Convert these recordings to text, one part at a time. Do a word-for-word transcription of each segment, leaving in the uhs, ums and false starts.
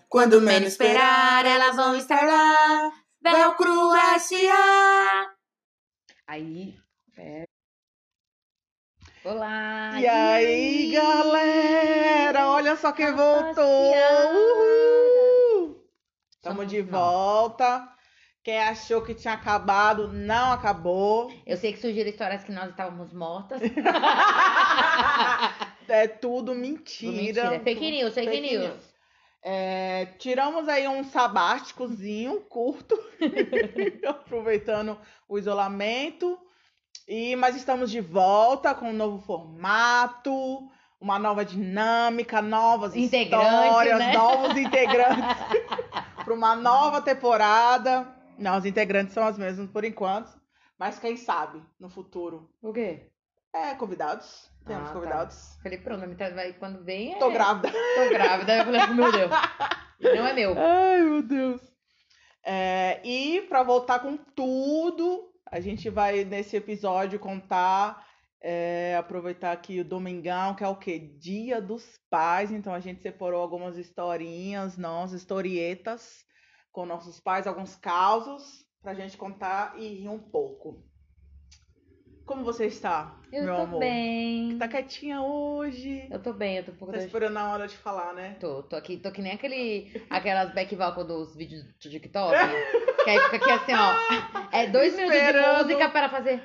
Quando menos esperar, elas vão estar lá. Velcro S A. Aí, é. Olá! E aí, galera? Olha só quem voltou! Uhul! Estamos de volta. Quem achou que tinha acabado, não acabou. Eu sei que surgiram histórias que nós estávamos mortas. É tudo mentira. Mentira. Fake tudo news, fake, fake news. news. É, tiramos aí um sabáticozinho curto, aproveitando o isolamento. E, mas estamos de volta com um novo formato, uma nova dinâmica, novas histórias, né? novos integrantes para uma nova temporada. Não, os integrantes são os mesmos por enquanto, mas quem sabe no futuro. O quê? É, convidados. Temos ah, convidados. Tá. Falei, pronto, vai quando vem é... Tô grávida. Tô grávida. Eu falei, meu Deus. Não é meu. Ai, meu Deus. É, e para voltar com tudo, a gente vai nesse episódio contar, é, aproveitar aqui o domingão, que é o quê? Dia dos Pais. Então a gente separou algumas historinhas, nossas historietas com nossos pais, alguns causos pra gente contar e rir um pouco. Como você está, eu meu tô amor? Bem. Tá quietinha hoje? Eu tô bem, eu tô um pouco... Tá esperando a hora de falar, né? Tô, tô aqui, tô que nem aquele, aquelas back vocal dos vídeos do TikTok, que aí fica aqui assim, ó, é dois esperando. Minutos de música para fazer...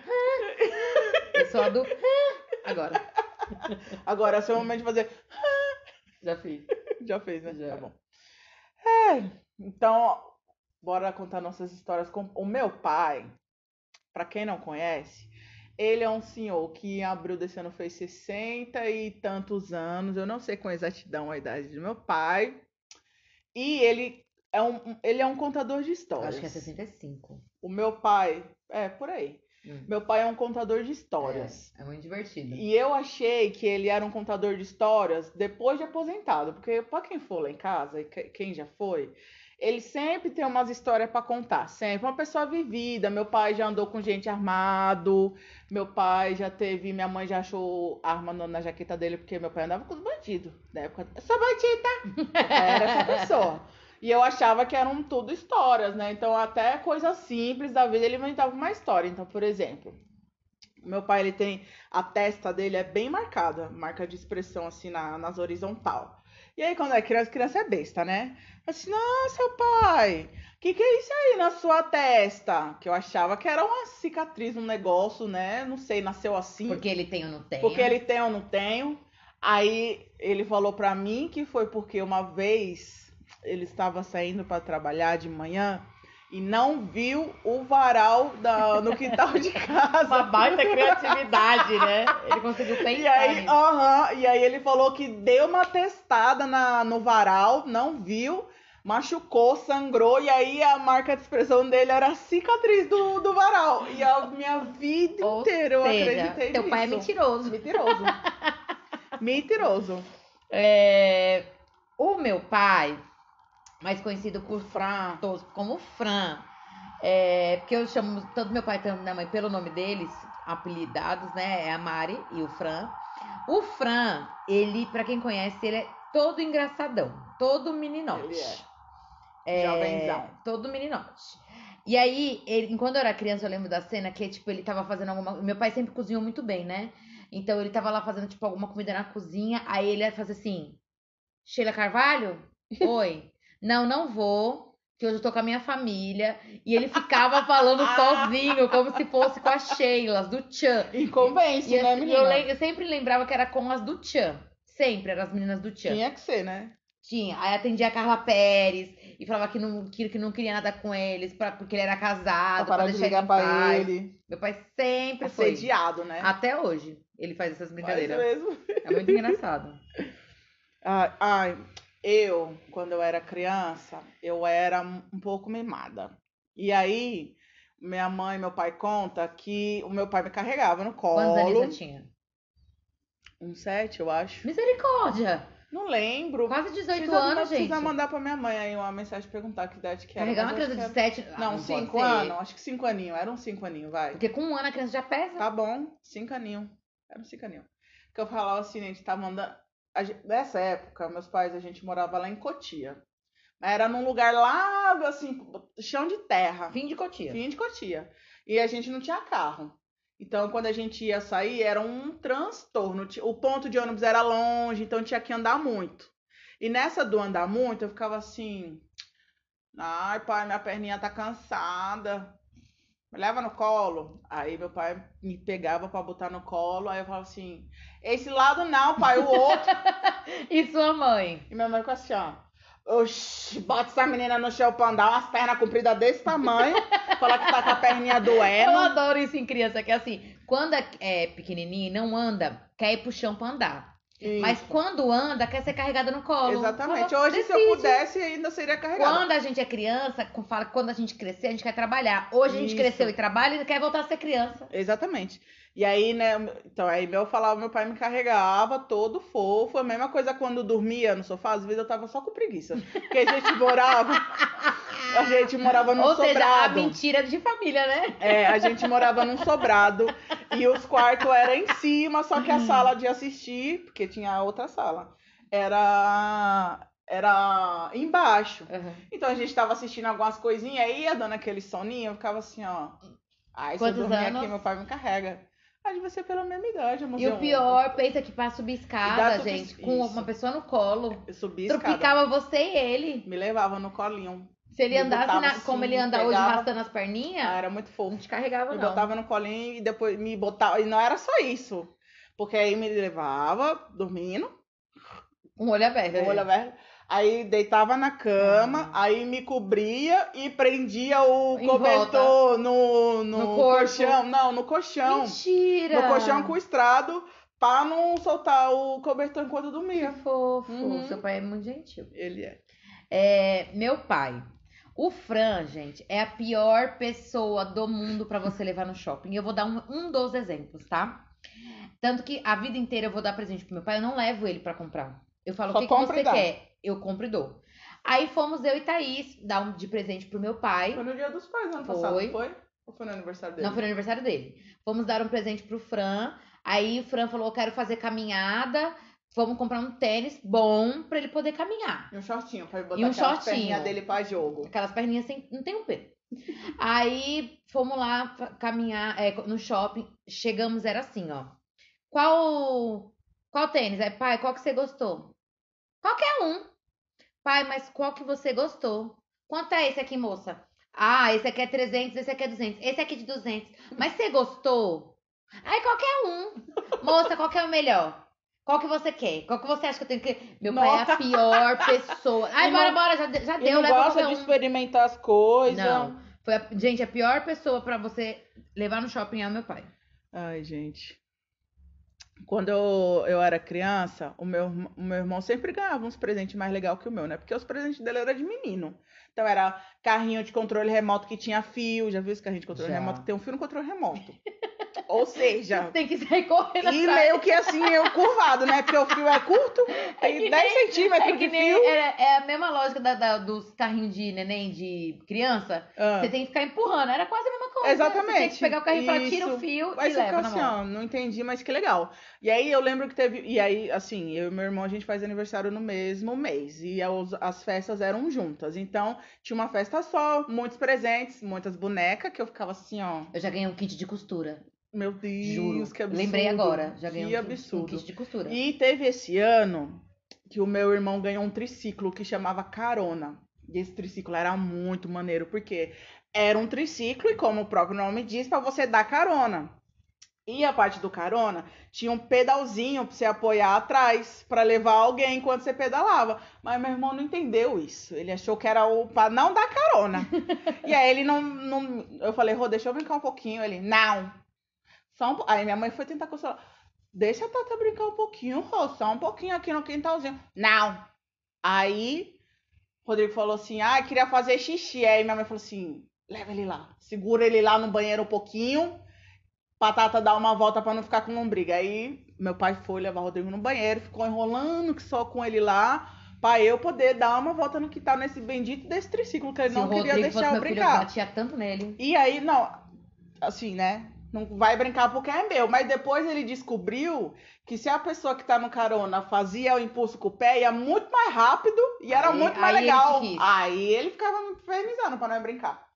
Eu sou a do... Agora. Agora é o seu momento de fazer... Já fiz. Já fez, né? Já. Tá bom. É, então, bora contar nossas histórias com o meu pai. Pra quem não conhece, ele é um senhor que em abril desse ano fez sessenta e tantos anos. Eu não sei com exatidão a idade do meu pai. E ele é um, ele é um contador de histórias. Acho que é sessenta e cinco. O meu pai, é, por aí. Hum. Meu pai é um contador de histórias. É, é muito divertido. E eu achei que ele era um contador de histórias depois de aposentado. Porque pra quem for lá em casa, e quem já foi... Ele sempre tem umas histórias para contar, sempre. Uma pessoa vivida. Meu pai já andou com gente armado. Meu pai já teve... Minha mãe já achou arma na jaqueta dele, porque meu pai andava com os bandidos. Na época, eu sou bandida! Era essa pessoa. E eu achava que eram tudo histórias, né? Então, até coisas simples da vida, ele inventava uma história. Então, por exemplo, meu pai, ele tem... A testa dele é bem marcada. Marca de expressão, assim, na, nas horizontal. E aí, quando é criança, criança é besta, né? Assim, nossa, pai, o que, que é isso aí na sua testa? Que eu achava que era uma cicatriz, um negócio, né? Não sei, nasceu assim. Porque ele tem ou não tem. Porque ele tem ou não tenho. Aí, ele falou pra mim que foi porque uma vez ele estava saindo para trabalhar de manhã e não viu o varal da, no quintal de casa. Uma baita criatividade, né? Ele conseguiu pensar. E aí, uh-huh, e aí ele falou que deu uma testada na, no varal, não viu, machucou, sangrou, e aí a marca de expressão dele era a cicatriz do, do varal. E a minha vida Ou inteira eu seja, acreditei teu nisso. pai é mentiroso. Mentiroso. Mentiroso. É, o meu pai... mais conhecido por Fran, todos como Fran, é, porque eu chamo tanto meu pai quanto minha mãe pelo nome deles, apelidados, né, é a Mari e o Fran. O Fran, ele, pra quem conhece, ele é todo engraçadão, todo meninote. Ele é. É, Jovenzão. Todo meninote. E aí, ele, enquanto eu era criança, eu lembro da cena que, tipo, ele tava fazendo alguma... Meu pai sempre cozinhou muito bem, né? Então, ele tava lá fazendo, tipo, alguma comida na cozinha, aí ele ia fazer assim, Sheila Carvalho? Oi. Não, não vou, que hoje eu tô com a minha família. E ele ficava falando sozinho, como se fosse com as Sheilas, do Tchan. E convence, e, né, assim, menina? Eu, eu sempre lembrava que era com as do Tchan. Sempre eram as meninas do Tchan. Tinha que ser, né? Tinha. Aí atendia a Carla Pérez e falava que não, que, que não queria nada com eles, pra, porque ele era casado. Pra parar pra de deixar ligar ele pra paz. ele. Meu pai sempre Assediado, foi. né? Até hoje ele faz essas brincadeiras. Faz mesmo. É muito engraçado. Ai, ai, eu, quando eu era criança, eu era um pouco mimada. E aí, minha mãe e meu pai conta que o meu pai me carregava no colo. Quantos anos você tinha? Um sete, eu acho. Misericórdia! Não lembro. Quase dezoito precisa, anos, gente. Precisa mandar pra minha mãe aí uma mensagem perguntar que idade que era. Carregar uma criança de sete... Ah, não, não cinco anos. Acho que cinco aninhos. Era um cinco aninhos, vai. Porque com um ano a criança já pesa. Tá bom, cinco aninhos. Era um cinco aninhos. Porque eu falava assim, a gente tava andando... Gente, nessa época, meus pais, a gente morava lá em Cotia. Era num lugar lá, assim, chão de terra. Fim de Cotia. Fim de Cotia. E a gente não tinha carro. Então, quando a gente ia sair, era um transtorno. O ponto de ônibus era longe, então tinha que andar muito. E nessa do andar muito, eu ficava assim... Ai, pai, minha perninha tá cansada. Me leva no colo. Aí meu pai me pegava pra botar no colo. Aí eu falava assim... Esse lado não, pai, o outro. E sua mãe? E minha mãe ficou assim, ó... Oxi, bota essa menina no chão pra andar, umas pernas compridas desse tamanho, falar que tá com a perninha doendo. Eu adoro isso em criança, que é assim, quando é pequenininho e não anda, quer ir pro chão pra andar. Isso. Mas quando anda, quer ser carregada no colo. Exatamente. Fala, Hoje, se eu decide. pudesse, ainda seria carregada. Quando a gente é criança, fala que quando a gente crescer, a gente quer trabalhar. Hoje a gente Isso. cresceu e trabalha e quer voltar a ser criança. Exatamente. E aí, né, então aí eu falava, meu pai me carregava todo fofo. A mesma coisa quando eu dormia no sofá, às vezes eu tava só com preguiça. Porque a gente morava, a gente morava num Ou sobrado. seja, a mentira de família, né? É, a gente morava num sobrado e os quartos eram em cima, só que a sala de assistir, porque tinha outra sala, era era embaixo. Uhum. Então a gente tava assistindo algumas coisinhas aí, ia dando aquele soninho, eu ficava assim, ó. Ai, se eu Quantos dormir anos? aqui, meu pai me carrega. Ah, devia ser pela mesma idade, E amorzinho. o pior, pensa que pra subir escada, Dá tudo gente, isso. com uma pessoa no colo, Eu subi a escada, tropicava você e ele. me levava no colinho. Se ele Me andasse botava na- assim, como ele anda hoje, pegava. arrastando as perninhas, Ah, era muito não fofo. te carregava, Me não. botava no colinho e depois me botava. E não era só isso. Porque aí me levava dormindo, Um olho aberto. com o olho aberto. Aí deitava na cama, Ah. aí me cobria e prendia o Em cobertor no, no, No corpo. colchão. Não, no colchão. Mentira! No colchão com o estrado pra não soltar o cobertor enquanto eu Que dormia. fofo. Uhum. Seu pai é muito gentil. Ele é. É, meu pai. O Fran, gente, é a pior pessoa do mundo pra você levar no shopping. Eu vou dar um, um dos exemplos, tá? Tanto que a vida inteira eu vou dar presente pro meu pai, eu não levo ele pra comprar. Eu falo, Só o que, que compra você e dá. quer? Eu compro e dou. Aí fomos eu e Thaís dar um de presente pro meu pai. Foi no dia dos pais ano Foi. passado, não foi? Ou foi no aniversário dele? Não foi no aniversário dele. Fomos dar um presente pro Fran. Aí o Fran falou: eu quero fazer caminhada. Vamos comprar um tênis bom pra ele poder caminhar. E um shortinho, pra ele botar E um aquelas shortinho. perninhas dele pra jogo. Aquelas perninhas sem. Não tem um pelo. Aí fomos lá fa- caminhar é, no shopping. Chegamos, era assim, ó. Qual. Qual tênis? Aí, pai, qual que você gostou? Qualquer um. Pai, mas qual que você gostou? Quanto é esse aqui, moça? Ah, esse aqui é trezentos, esse aqui é duzentos. Esse aqui é de duzentos. Mas você gostou? Aí qualquer um. Moça, qual que é o melhor? Qual que você quer? Qual que você acha que eu tenho que... Meu pai é a pior pessoa. Ai, E bora, não- bora, já, já E deu, não leva gosta qualquer de um. experimentar as coisas. Não. Foi a- gente, a pior pessoa pra você levar no shopping é o meu pai. Ai, gente. Quando eu, eu era criança, o meu, irm- o meu irmão sempre ganhava uns presentes mais legais que o meu, né? Porque os presentes dele eram de menino. Então era carrinho de controle remoto que tinha fio. Já viu esse carrinho de controle Já. remoto que tem um fio no controle remoto? Ou seja, Tem que sair correndo e atrás. meio que assim, eu curvado, né? Porque o fio é curto, tem que dez centímetros É de que nem fio. é, é a mesma lógica da, da- dos carrinhos de neném de criança. Ah. Você tem que ficar empurrando. Era quase a mesma coisa. Exatamente. Você tem que pegar o carrinho e falar, tira Isso. o fio Aí e você leva fica na assim, mão. ó, não entendi, mas que legal. E aí eu lembro que teve. E aí, assim, eu e meu irmão, a gente faz aniversário no mesmo mês. E as, as festas eram juntas. Então, tinha uma festa só, muitos presentes, muitas bonecas, que eu ficava assim, ó. Eu já ganhei um kit de costura. Meu Deus, Juro. que absurdo. Lembrei agora. Já ganhei Que um, kit- um absurdo. kit de costura. E teve esse ano que o meu irmão ganhou um triciclo que chamava Carona. E esse triciclo era muito maneiro, porque era um triciclo e, como o próprio nome diz, para você dar carona. E a parte do carona tinha um pedalzinho pra você apoiar atrás, pra levar alguém enquanto você pedalava. Mas meu irmão não entendeu isso. Ele achou que era o pra não dar carona. E aí ele não, não. Eu falei, Rô, deixa eu brincar um pouquinho. Ele, não. Só um... po-" Aí minha mãe foi tentar consolar. Deixa a Tata brincar um pouquinho, Rô, só um pouquinho aqui no quintalzinho. Não. Aí o Rodrigo falou assim: ah, queria fazer xixi. Aí minha mãe falou assim: leva ele lá. Segura ele lá no banheiro um pouquinho. Pra Tata dar uma volta pra não ficar com lombriga. Aí meu pai foi levar o Rodrigo no banheiro, ficou enrolando que só com ele lá, pra eu poder dar uma volta no quintal nesse bendito desse triciclo que ele Se não o queria Rodrigo deixar fosse eu meu filho, eu brincar. batia tanto nele. E aí, não, assim, né? Não vai brincar porque é meu. Mas depois ele descobriu que se a pessoa que tá no carona fazia o impulso com o pé, ia muito mais rápido e era Aí- muito mais aí ele legal. que quis. Aí ele ficava me infernizando pra não brincar.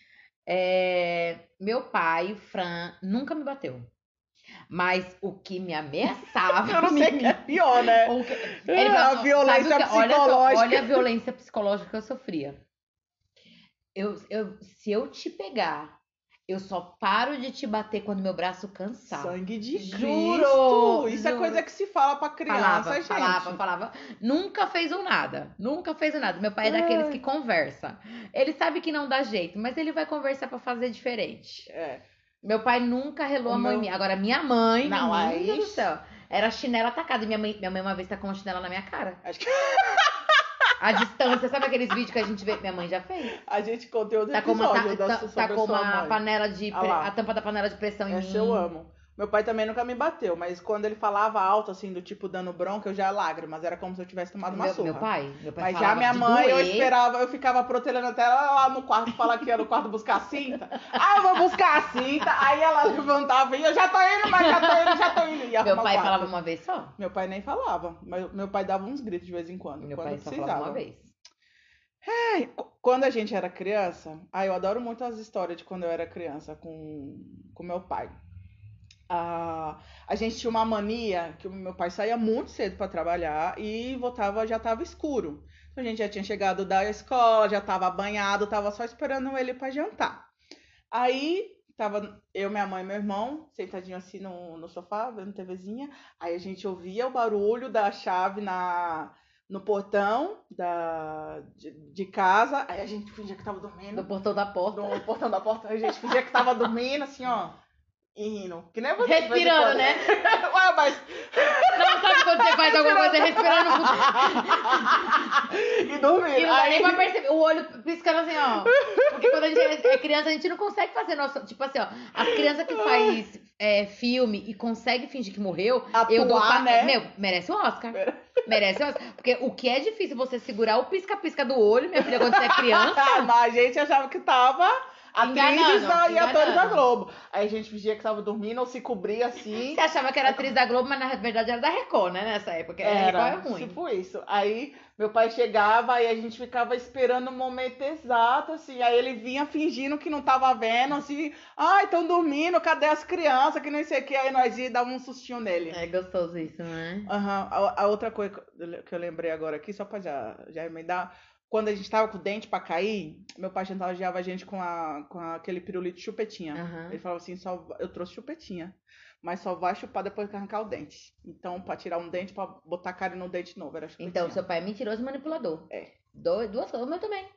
É, meu pai, o Fran, nunca me bateu. Mas o que me ameaçava. Eu não sei o que é pior, né? o que- É, Ele a falou, violência sabe o que- olha só, psicológica. olha a violência psicológica que eu sofria. Eu, eu, se eu te pegar, eu só paro de te bater quando meu braço cansar. Sangue de Juro, Cristo! Isso é juro. coisa que se fala pra criança, Falava, gente. falava, falava. Nunca fez um nada. Nunca fez um nada. Meu pai é daqueles Ai. que conversa. Ele sabe que não dá jeito, mas ele vai conversar pra fazer diferente. É. Meu pai nunca relou O a mão meu- em mim. Agora, minha mãe, Não, menina aí- do céu, era chinela atacada. E minha mãe, minha mãe uma vez tacou uma chinela na minha cara. Acho que A distância, sabe aqueles vídeos que a gente vê? Minha mãe já fez. a gente contou outro Tacou uma, episódio ta, da, ta, sobre tacou a sua uma mãe. panela de. Ah pre- lá. a tampa da panela de pressão em Essa mim. eu amo. Meu pai também nunca me bateu, mas quando ele falava alto, assim, do tipo dando bronca, eu já lágrimas. Era como se eu tivesse tomado uma Meu, surra. meu pai, meu pai Mas já falava minha de mãe, eu doer. esperava, eu ficava protelando até ela lá no quarto, falar que ia no quarto buscar a cinta. Ah, eu vou buscar a cinta. Aí ela levantava e eu já tô indo, mas já tô indo, já tô indo. E ia Meu arrumar pai o quarto. falava uma vez só. Meu pai nem falava, mas meu pai dava uns gritos de vez em quando. Meu quando pai só precisava. falava uma vez. É, qu- quando a gente era criança, ah, eu adoro muito as histórias de quando eu era criança com, com meu pai. Ah, a gente tinha uma mania que o meu pai saía muito cedo para trabalhar e voltava, já estava escuro. Então a gente já tinha chegado da escola, já estava banhado, estava só esperando ele para jantar. Aí tava eu, minha mãe e meu irmão sentadinho assim no, no sofá, vendo TVzinha. Aí a gente ouvia o barulho da chave na, no portão da, de, de casa. Aí a gente fingia que tava dormindo. No portão da porta. No portão da porta, a gente fingia que tava dormindo, assim, ó. E rindo. Que nem você. de vez em Respirando, quando. né? Ué, mas. Não sabe quando você faz alguma coisa respirando no E dormindo. E não dá Aí- nem pra perceber. O olho piscando assim, ó. Porque quando a gente é criança, a gente não consegue fazer nossa. Tipo assim, ó. As crianças que faz é, filme e consegue fingir que morreu, eu dou Atuar, pa- né? Meu, merece o Oscar. Merece o Oscar. Porque o que é difícil você segurar o pisca-pisca do olho, minha filha, quando você é criança. Mas a gente achava que tava atrizes Enganando, da- e atores da enganando. Globo. Aí a gente fingia que tava dormindo ou se cobria assim. Você achava que era atriz da Globo, mas na verdade era da Record, né? Nessa época. A Record é ruim. tipo isso. Aí meu pai chegava e a gente ficava esperando o momento exato, assim. Aí ele vinha fingindo que não tava vendo, assim. Ai, estão dormindo, cadê as crianças? Que nem sei o que. Aí nós ia e dava um sustinho nele. É gostoso isso, né? Aham. A, a outra coisa que eu lembrei agora aqui, só pra já, já emendar. Quando a gente tava com o dente pra cair, meu pai chantageava a gente com, a, com aquele pirulito chupetinha. Aham. Ele falava assim, só, eu trouxe chupetinha, mas só vai chupar depois que arrancar o dente. Então, pra tirar um dente, pra botar cárie no dente novo, era chupetinha. Então, seu pai é mentiroso e manipulador. É. Do- duas coisas, o meu também.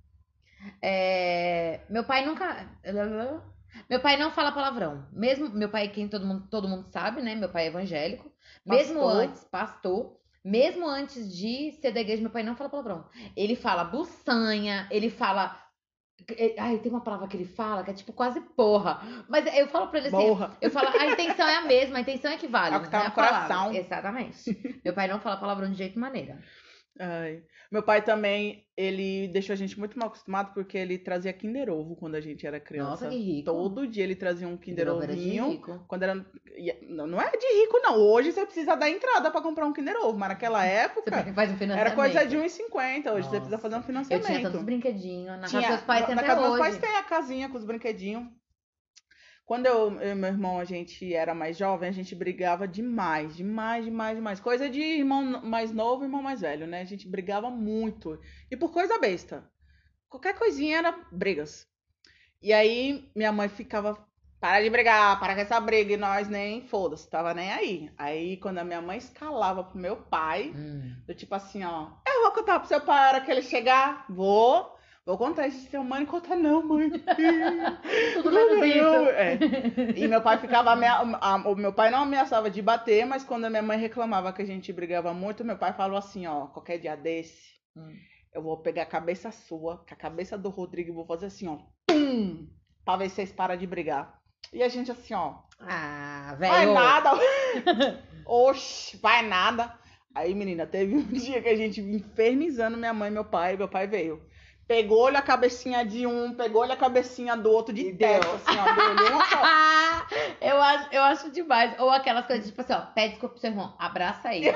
É, meu pai nunca. Meu pai não fala palavrão. Mesmo meu pai, quem todo mundo, todo mundo sabe, né? Meu pai é evangélico. Mesmo Pastor. antes, pastor. Mesmo antes de ser da igreja, meu pai não fala palavrão. Ele fala buçanha, ele fala. Ai, tem uma palavra que ele fala que é tipo quase porra. Mas eu falo pra ele assim. Porra. Eu falo, a intenção é a mesma, a intenção é que vale. É o que tá não no a palavra. coração. Exatamente. Meu pai não fala palavrão de jeito e maneira. Ai. Meu pai também, ele deixou a gente muito mal acostumado porque ele trazia Kinder Ovo quando a gente era criança. Nossa, que rico. Todo dia ele trazia um Kinder Kinder Ovo era de Ovinho. rico. Quando era. Não não é de rico, não. Hoje você precisa dar entrada pra comprar um Kinder Ovo, mas naquela Você época faz um financiamento. era coisa de um e cinquenta. Hoje você Nossa. precisa fazer um Eu financiamento. tinha tantos brinquedinhos. Na casa Tinha- dos seus pais tem na até casa dos hoje. meus pais tem a casinha com os brinquedinhos. Quando eu, eu e meu irmão, a gente era mais jovem, a gente brigava demais, demais, demais, demais. Coisa de irmão mais novo e irmão mais velho, né? A gente brigava muito. E por coisa besta. Qualquer coisinha era brigas. E aí minha mãe ficava, para de brigar, para com essa briga. E nós nem, foda-se, tava nem aí. Aí quando a minha mãe escalava pro meu pai, Hum. eu tipo assim, ó, eu vou contar pro seu pai a hora que ele chegar, vou... Vou contar isso de seu mãe, não conta não, mãe. Tudo menos isso. É. E meu pai ficava amea... a- o meu pai não ameaçava de bater, mas quando a minha mãe reclamava que a gente brigava muito, meu pai falou assim, ó, qualquer dia desse, Hum. eu vou pegar a cabeça sua, com a cabeça do Rodrigo, e vou fazer assim, ó, pum, pra ver se vocês param de brigar. E a gente assim, ó, Ah, vai velho. nada. Oxi, vai nada. Aí, menina, teve um dia que a gente infernizando minha mãe e meu pai, meu pai veio. Pegou-lhe a cabecinha de um, pegou-lhe a cabecinha do outro de teto, assim, ó. Deu-lhe uma só. eu, acho, eu acho demais. Ou aquelas coisas tipo assim, ó, pede desculpa pro seu irmão, abraça ele.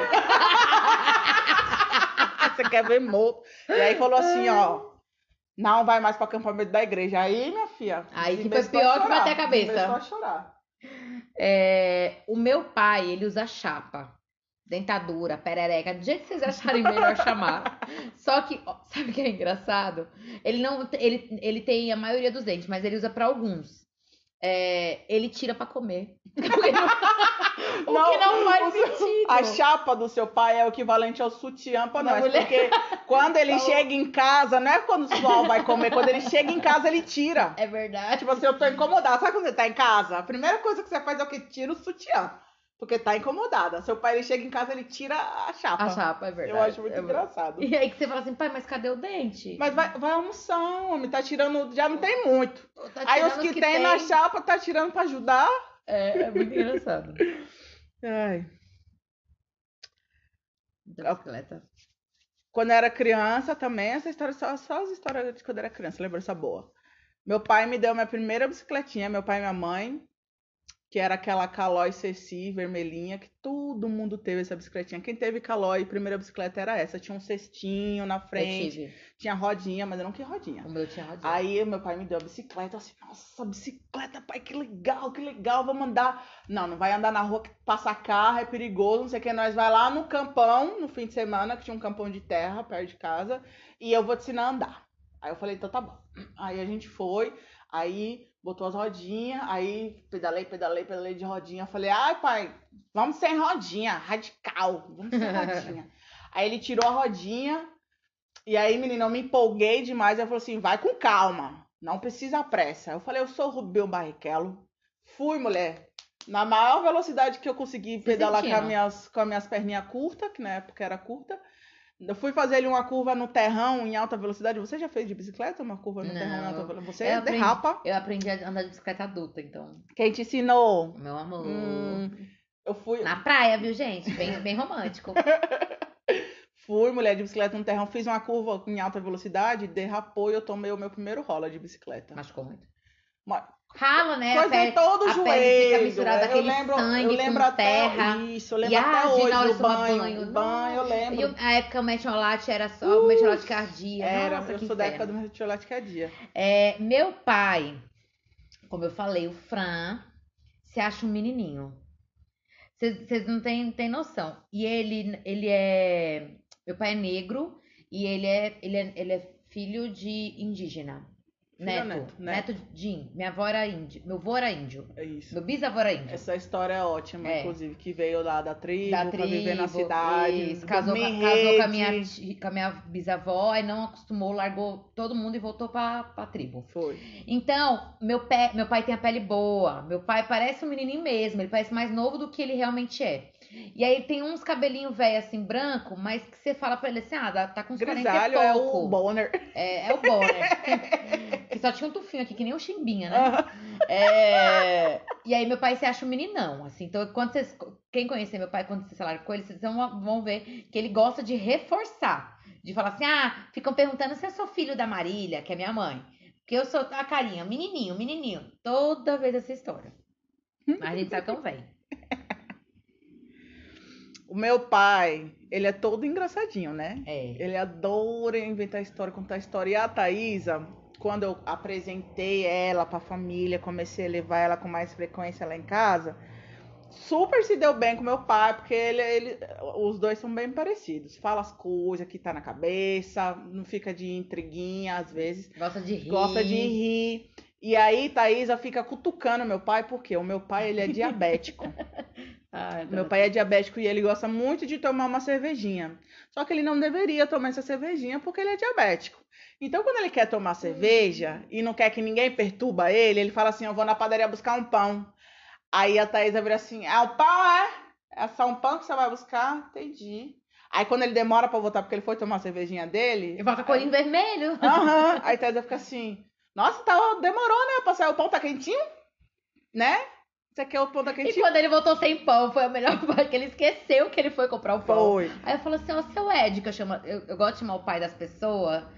Você quer ver morto. E aí falou assim, ó, não vai mais pro acampamento da igreja. Aí, minha filha. Aí que foi pior que bater a cabeça. Começou a chorar. É, o meu pai, ele usa chapa. Dentadura, perereca, do jeito que vocês acharem melhor chamar. Só que, ó, sabe o que é engraçado? Ele não, ele, ele tem a maioria dos dentes, mas ele usa pra alguns. É, ele tira pra comer. O que não, o Não, que não faz o seu- sentido. A chapa do seu pai é o equivalente ao sutiã pra Da nós. mulher. Porque quando ele Então- chega em casa, não é quando o sol vai comer, quando ele chega em casa, ele tira. É verdade. Tipo assim, eu tô incomodada. Sabe quando você tá em casa? A primeira coisa que você faz é o que? Tira o sutiã. Porque tá incomodada. Seu pai, ele chega em casa, ele tira a chapa. A chapa, é verdade. Eu acho muito É verdade. engraçado. E aí que você fala assim, pai, mas cadê o dente? Mas vai, vai almoçar, homem. Tá tirando. Já não tem muito. Tá Aí os tirando que, tem na chapa tá tirando pra ajudar. É, é muito engraçado. Ai. Da bicicleta. Quando eu era criança também, essa história, só, só as histórias de quando eu era criança, lembrança boa. Meu pai me deu minha primeira bicicletinha, meu pai e minha mãe, que era aquela Caloi C C vermelhinha, que todo mundo teve essa bicicletinha. Quem teve Caloi, primeira bicicleta era essa. Tinha um cestinho na Eu frente, tive. tinha rodinha, mas eu não queria rodinha. O meu tinha rodinha. Aí meu pai me deu a bicicleta, assim, nossa, bicicleta, pai, que legal, que legal, vamos andar. Não, não vai andar na rua que passa carro, é perigoso, não sei o que. Nós vai lá no campão, no fim de semana, que tinha um campão de terra perto de casa, e eu vou te ensinar a andar. Aí eu falei, então tá bom. Aí a gente foi, aí botou as rodinhas, aí pedalei, pedalei, pedalei de rodinha. Eu falei, ai pai, vamos sem rodinha, radical, vamos sem rodinha. Aí ele tirou a rodinha, e aí, menina, eu me empolguei demais. Eu falei assim, vai com calma, não precisa pressa. Eu falei, eu sou o Rubinho Barrichello. Fui, mulher, na maior velocidade que eu consegui pedalar com as, minhas, com as minhas perninhas curtas, que na época era curta. Eu fui fazer ali uma curva no terrão em alta velocidade. Você já fez de bicicleta uma curva no Não, terrão em alta velocidade? Você eu aprendi- derrapa. Eu aprendi a andar de bicicleta adulta, então. Quem te ensinou? Meu amor. Hum, eu fui, Na praia, viu, gente? Bem, bem romântico. fui, mulher, de bicicleta no terrão. Fiz uma curva em alta velocidade, derrapou e eu tomei o meu primeiro rola de bicicleta. Machucou muito. Mas- Rala, né? A Coisei pele, todo o a joelho. pele fica misturada eu aquele lembro, sangue eu lembro com até terra. isso, eu E lembro até arde hoje na hora do de tomar banho. banho. O banho, eu lembro. E o- a época o metiolate era só o metiolate cardia. Era, Nossa, eu que sou da época inferno. do metiolate cardia. É, meu pai, como eu falei, o Fran, se acha um menininho. Vocês não têm, têm noção. E ele, ele é... Meu pai é negro e ele é, ele é, ele é filho de indígena. Filho Neto. neto, Neto, neto. de índio. Minha avó era índio. Meu avô era índio. É isso. Meu bisavô era índio. Essa história é ótima, É. inclusive, que veio lá da tribo, Da pra viver na tribo, cidade. isso, casou, dormir com- em casou com, a minha, rede. ti- com a minha bisavó e não acostumou, largou todo mundo e voltou pra, pra tribo. Foi. Então, meu, pé, meu pai tem a pele boa. Meu pai parece um menininho mesmo. Ele parece mais novo do que ele realmente é. E aí ele tem uns cabelinhos velho assim, branco, mas que você fala pra ele assim, ah, dá- tá com uns quarenta e Grisalho é pouco. o Bonner. É, é o Bonner. Que só tinha um tufinho aqui, que nem o Chimbinha, né? É, e aí meu pai se acha um meninão, assim. Então, quando vocês, quem conhecer meu pai, quando vocês falaram com ele, vocês vão, vão ver que ele gosta de reforçar. De falar assim, ah, ficam perguntando se eu sou filho da Marília, que é minha mãe. Porque eu sou a carinha, menininho, menininho. Toda vez essa história. Mas a gente sabe que é um velho. O meu pai, ele é todo engraçadinho, né? É. Ele adora inventar história, contar história. E a Thaísa, quando eu apresentei ela pra família, comecei a levar ela com mais frequência lá em casa, super se deu bem com meu pai, porque ele, ele, os dois são bem parecidos. Fala as coisas que tá na cabeça, não fica de intriguinha às vezes. Gosta de rir. Gosta de rir. E aí, Thaísa fica cutucando meu pai, porque o meu pai, ele é diabético. Ai, Meu pai é diabético e ele gosta muito de tomar uma cervejinha. Só que ele não deveria tomar essa cervejinha porque ele é diabético. Então, quando ele quer tomar cerveja e não quer que ninguém perturba ele, ele fala assim, eu vou na padaria buscar um pão. Aí a Thaísa vira assim, é o pão, é? É só um pão que você vai buscar? Entendi. Aí quando ele demora pra voltar porque ele foi tomar a cervejinha dele... E volta com o olhinho vermelho. Aham. Aí a Thaísa fica assim, nossa, tá, demorou, né? Pra sair o pão, tá quentinho? Né? Você quer o pão tá E quentinho? quando ele voltou sem pão, foi a melhor parte, que ele esqueceu que ele foi comprar o pão. Foi. Aí eu falo assim, ó, seu Ed, que eu chamo, eu, eu gosto de chamar o pai das pessoas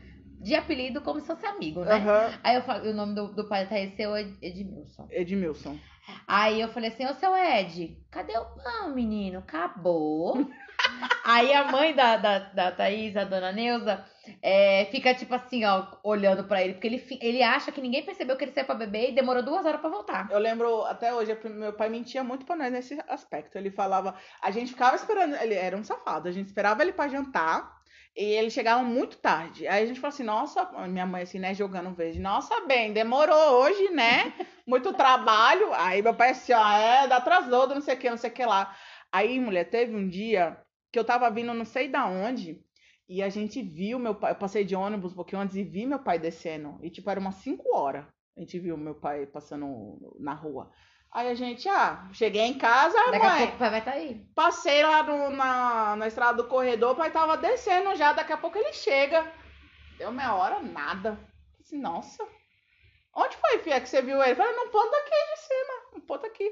de apelido como se fosse amigo, né? Aham. Aí eu falei, o nome do, do pai da Thaís é o Ed- Edmilson. Edmilson. Aí eu falei assim, ô seu Ed, cadê o pão, menino? Acabou. Aí a mãe da, da, da Thaís, a dona Neuza, é, fica tipo assim, ó, olhando pra ele. Porque ele, fi- ele acha que ninguém percebeu que ele saiu pra beber e demorou duas horas pra voltar. Eu lembro até hoje, meu pai mentia muito pra nós nesse aspecto. Ele falava, a gente ficava esperando, ele era um safado, a gente esperava ele pra jantar e ele chegava muito tarde. Aí a gente falou assim, nossa, minha mãe assim, né, jogando verde, nossa, bem, demorou hoje, né? Muito trabalho. Aí meu pai assim, ó, é, atrasou, não sei o que, não sei o que lá. Aí, mulher, teve um dia que eu tava vindo não sei da onde e a gente viu meu pai, eu passei de ônibus um pouquinho antes e vi meu pai descendo. E tipo, era umas cinco horas. A gente viu meu pai passando na rua. Aí a gente, ah, cheguei em casa, Daqui a mãe, pouco o pai vai estar aí. passei lá no- na, na estrada do corredor, o pai tava descendo já, daqui a pouco ele chega. Deu meia hora, nada. Falei assim, nossa, onde foi, filha, que você viu ele? Eu falei, num ponto aqui de cima, um ponto aqui.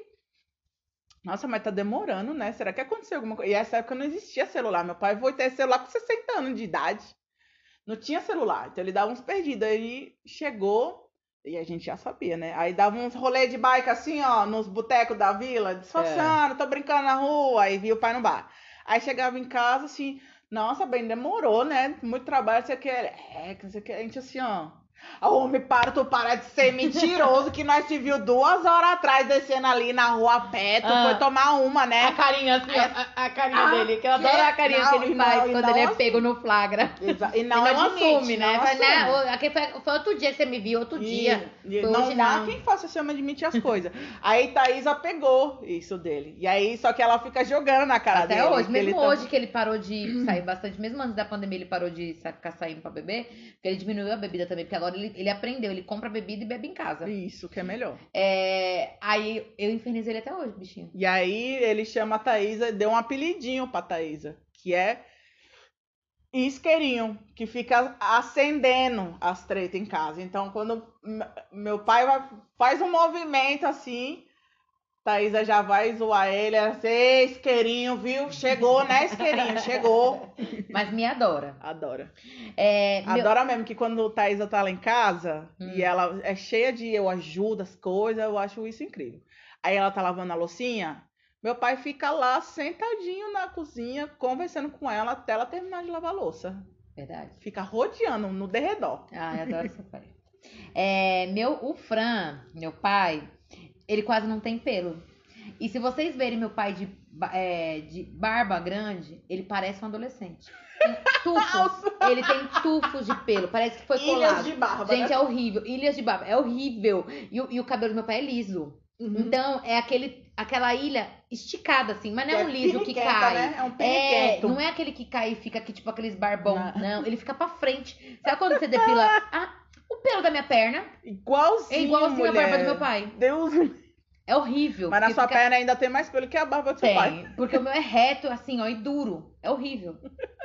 Nossa, mas tá demorando, né? Será que aconteceu alguma coisa? E essa época não existia celular. Meu pai foi ter celular com sessenta anos de idade. Não tinha celular, então ele dava uns perdidos. Aí ele chegou e a gente já sabia, né? Aí dava uns rolê de bike assim, ó, nos botecos da vila, disfarçando, tô brincando na rua, aí via o pai no bar. Aí chegava em casa assim, nossa, bem, demorou, né? Muito trabalho, você quer. É, que você quer. A gente assim, ó. Ô, homem, para, tu para de ser mentiroso, que nós te viu duas horas atrás descendo ali na rua a pé, tu Ah. foi tomar uma, né? A carinha assim, ó, a, a carinha Ah, dele, que eu que- adoro a carinha não, que ele e faz não- e quando não ele é assume. pego no flagra. Exa- E E não, não, admite, assume, né? não Fala, assume. né? "Ô, aquele foi, foi outro dia que você me viu, outro dia. E, e Foi não hoje há não." quem faça esse homem admitir as coisas. Aí Thaísa pegou isso dele. E aí, só que ela fica jogando na cara Até dele. hoje, que mesmo ele tá- hoje que ele parou de sair bastante, mesmo antes da pandemia ele parou de sa- ficar saindo pra beber, porque ele diminuiu a bebida também, porque agora ele, ele aprendeu, ele compra bebida e bebe em casa. Isso, que é melhor. É, aí eu infernizo ele até hoje, bichinho. E aí ele chama a Thaísa, deu um apelidinho pra Thaísa, que é isqueirinho, que fica acendendo as tretas em casa. Então, quando m- meu pai vai- faz um movimento assim, Thaísa já vai zoar ele, ela diz, "Ei, isqueirinho, viu? Chegou, né, isqueirinho? Chegou." Mas me adora. Adora. É, meu- Adora mesmo que quando Thaísa tá lá em casa Hum. e ela é cheia de eu ajudo as coisas, eu acho isso incrível. Aí ela tá lavando a loucinha, meu pai fica lá sentadinho na cozinha, conversando com ela até ela terminar de lavar a louça. Verdade. Fica rodeando no derredor. Ah, eu adoro seu pai. É, meu, o Fran, meu pai, ele quase não tem pelo. E se vocês verem meu pai de, ba- é, de barba grande, ele parece um adolescente. Tem tufos. Ele tem tufos de pelo. Parece que foi Ilhas colado. de barba, Gente, né? é horrível. Ilhas de barba. É horrível. E, o- e o cabelo do meu pai é liso. Uhum. Então, é aquele, aquela ilha esticada, assim. Mas não é um liso que piniquenta, cai. né? É um É, piniquento. não é aquele que cai e fica aqui, tipo, aqueles barbão. Não. Não, ele fica pra frente. Sabe quando você depila? Ah, o pelo da minha perna Igualzinho, é igualzinho a mulher. barba do meu pai. Deus. É horrível. Mas na porque sua fica- perna ainda tem mais pelo que a barba do seu pai. Tem, porque o meu é reto, assim, ó, e duro. É horrível.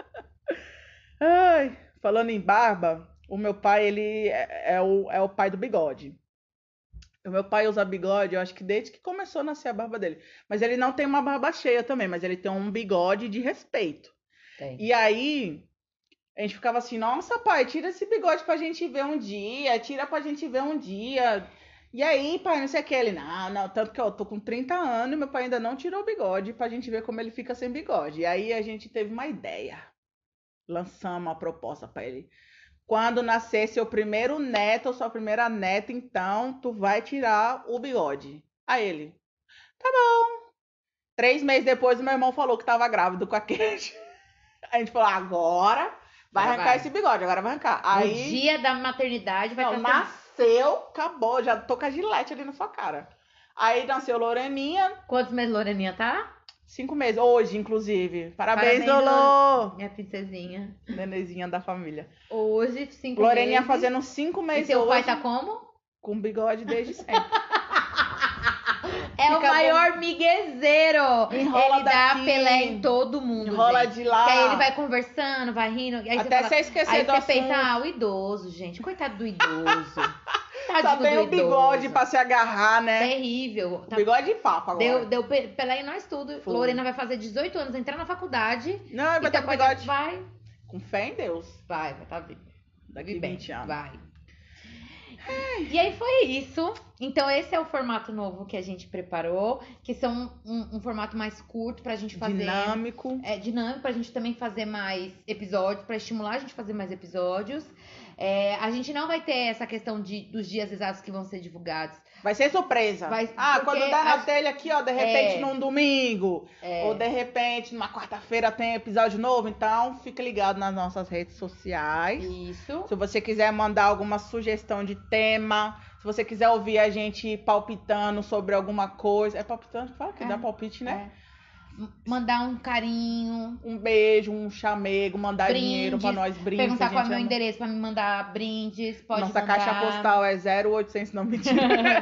Ai, falando em barba, o meu pai, ele é, é o, é o pai do bigode. O meu pai usa bigode, eu acho que desde que começou a nascer a barba dele. Mas ele não tem uma barba cheia também, mas ele tem um bigode de respeito. Tem. E aí, a gente ficava assim, nossa, pai, tira esse bigode pra gente ver um dia, tira pra gente ver um dia. E aí, pai, não sei o que, ele, não, não, tanto que eu tô com trinta anos e meu pai ainda não tirou o bigode pra gente ver como ele fica sem bigode. E aí a gente teve uma ideia. Lançamos uma proposta pra ele. Quando nascer seu primeiro neto ou sua primeira neta, então tu vai tirar o bigode. Aí ele, tá bom. Três meses depois, o meu irmão falou que tava grávido com a Kate. A gente falou, agora vai Agora arrancar vai. esse bigode, agora vai arrancar. No Aí, dia da maternidade vai não, estar sendo... nasceu, acabou, já tô com a gilete ali na sua cara. Aí nasceu Loreninha, Quantos meses Loreninha tá? cinco meses, hoje, inclusive. Parabéns, Parabéns, Lolo! Minha princesinha. Nenezinha da família. Hoje, cinco Loreninha meses. fazendo cinco E meses seu pai hoje, tá como? com bigode desde sempre. É o Fica maior miguezeiro. Enrola Ele dá daqui, Pelé em todo mundo, Enrola gente. de lá. Que aí ele vai conversando, vai rindo. E aí Até você você fala, esquecer aí do você assunto. pensa, ah, o idoso, gente. Coitado do idoso. Só Tadinho tem do o bigode idoso. pra se agarrar, né? Terrível. Tá- Bigode de papo agora. Deu, deu pe- Pelé em nós tudo. Foi. Lorena vai fazer dezoito anos, entrar na faculdade. Não, ele vai E estar teu com pai bigode. vai, Com fé em Deus. vai, vai tá vivo. daqui Vive bem, vinte anos. vai. E aí foi isso. Então esse é o formato novo que a gente preparou, que são um, um formato mais curto pra gente fazer. Dinâmico. É dinâmico pra gente também fazer mais episódios, pra estimular a gente a fazer mais episódios. É, a gente não vai ter essa questão de, dos dias exatos que vão ser divulgados. Vai ser surpresa. Vai- ah, porque quando dá na a- telha aqui, ó, de repente É. num domingo. É, Ou de repente numa quarta-feira tem episódio novo. Então fica ligado nas nossas redes sociais. isso. Se você quiser mandar alguma sugestão de tema, se você quiser ouvir a gente palpitando sobre alguma coisa. É palpitando? Fala que É, dá palpite, né? É. M- Mandar um carinho. Um beijo, um chamego, mandar Brindes, dinheiro pra nós brindes. Perguntar a qual é gente o meu ama. endereço pra me mandar brindes. Pode Nossa mandar. caixa postal é zero oitocentos, não, mentira.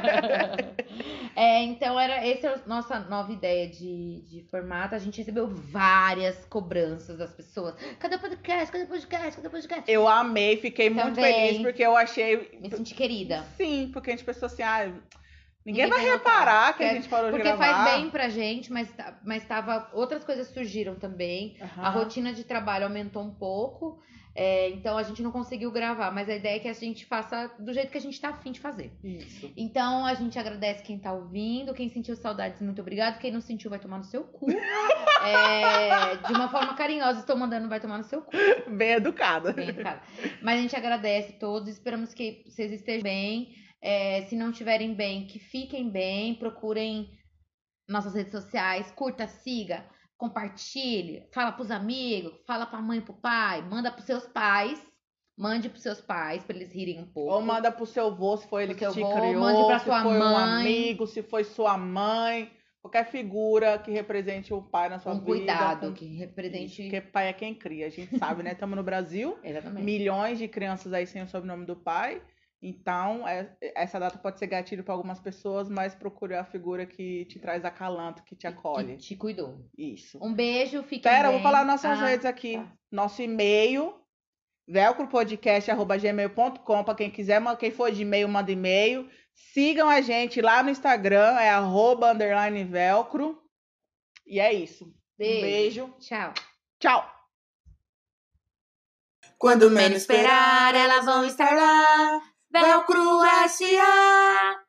É, então era essa é a nossa nova ideia de, de formato. A gente recebeu várias cobranças das pessoas. Cadê o podcast? Cadê o podcast? Cadê o podcast? Eu amei, fiquei muito Também. feliz porque eu achei. Me senti querida. Sim, porque a gente pensou assim, ah, ninguém, Ninguém vai vai notar. reparar que a É, gente parou de Porque gravar. faz bem pra gente, mas, tá- mas tava, outras coisas surgiram também. Aham. A rotina de trabalho aumentou um pouco. é, então a gente não conseguiu gravar. Mas a ideia é que a gente faça do jeito que a gente tá afim de fazer. Isso. Então a gente agradece quem tá ouvindo. Quem sentiu saudades, muito obrigado. Quem não sentiu, vai tomar no seu cu. É, de uma forma carinhosa, estou mandando, vai tomar no seu cu. Bem educada. Bem educada. Mas a gente agradece a todos. Esperamos que vocês estejam bem. É, se não estiverem bem, que fiquem bem. Procurem nossas redes sociais. Curta, siga, compartilhe. Fala pros amigos. Fala pra mãe e pro pai. Manda pros seus pais. Mande pros seus pais pra eles rirem um pouco. Ou manda pro seu avô, se foi ele Pro que seu te avô, criou, mande pra se sua foi um mãe. amigo, se foi sua mãe, qualquer figura que represente o pai na sua um vida. cuidado com- que Isso, represente. porque pai é quem cria, a gente sabe, né? Estamos no Brasil, Exatamente. milhões de crianças aí sem o sobrenome do pai. Então, é- essa data pode ser gatilho para algumas pessoas, mas procure a figura que te traz acalanto, que te acolhe. Que te cuidou. Isso. Um beijo, fiquem Pera, eu bem. vou falar nossas Ah, redes aqui. tá. Nosso e-mail, velcropodcast arroba gmail ponto com, para quem quiser, ma- quem for de e-mail, manda e-mail. Sigam a gente lá no Instagram, é arroba underline velcro. E é isso. Beijo. Um beijo. Tchau. Tchau. Quando menos esperar, elas vão estar lá. Velcro S A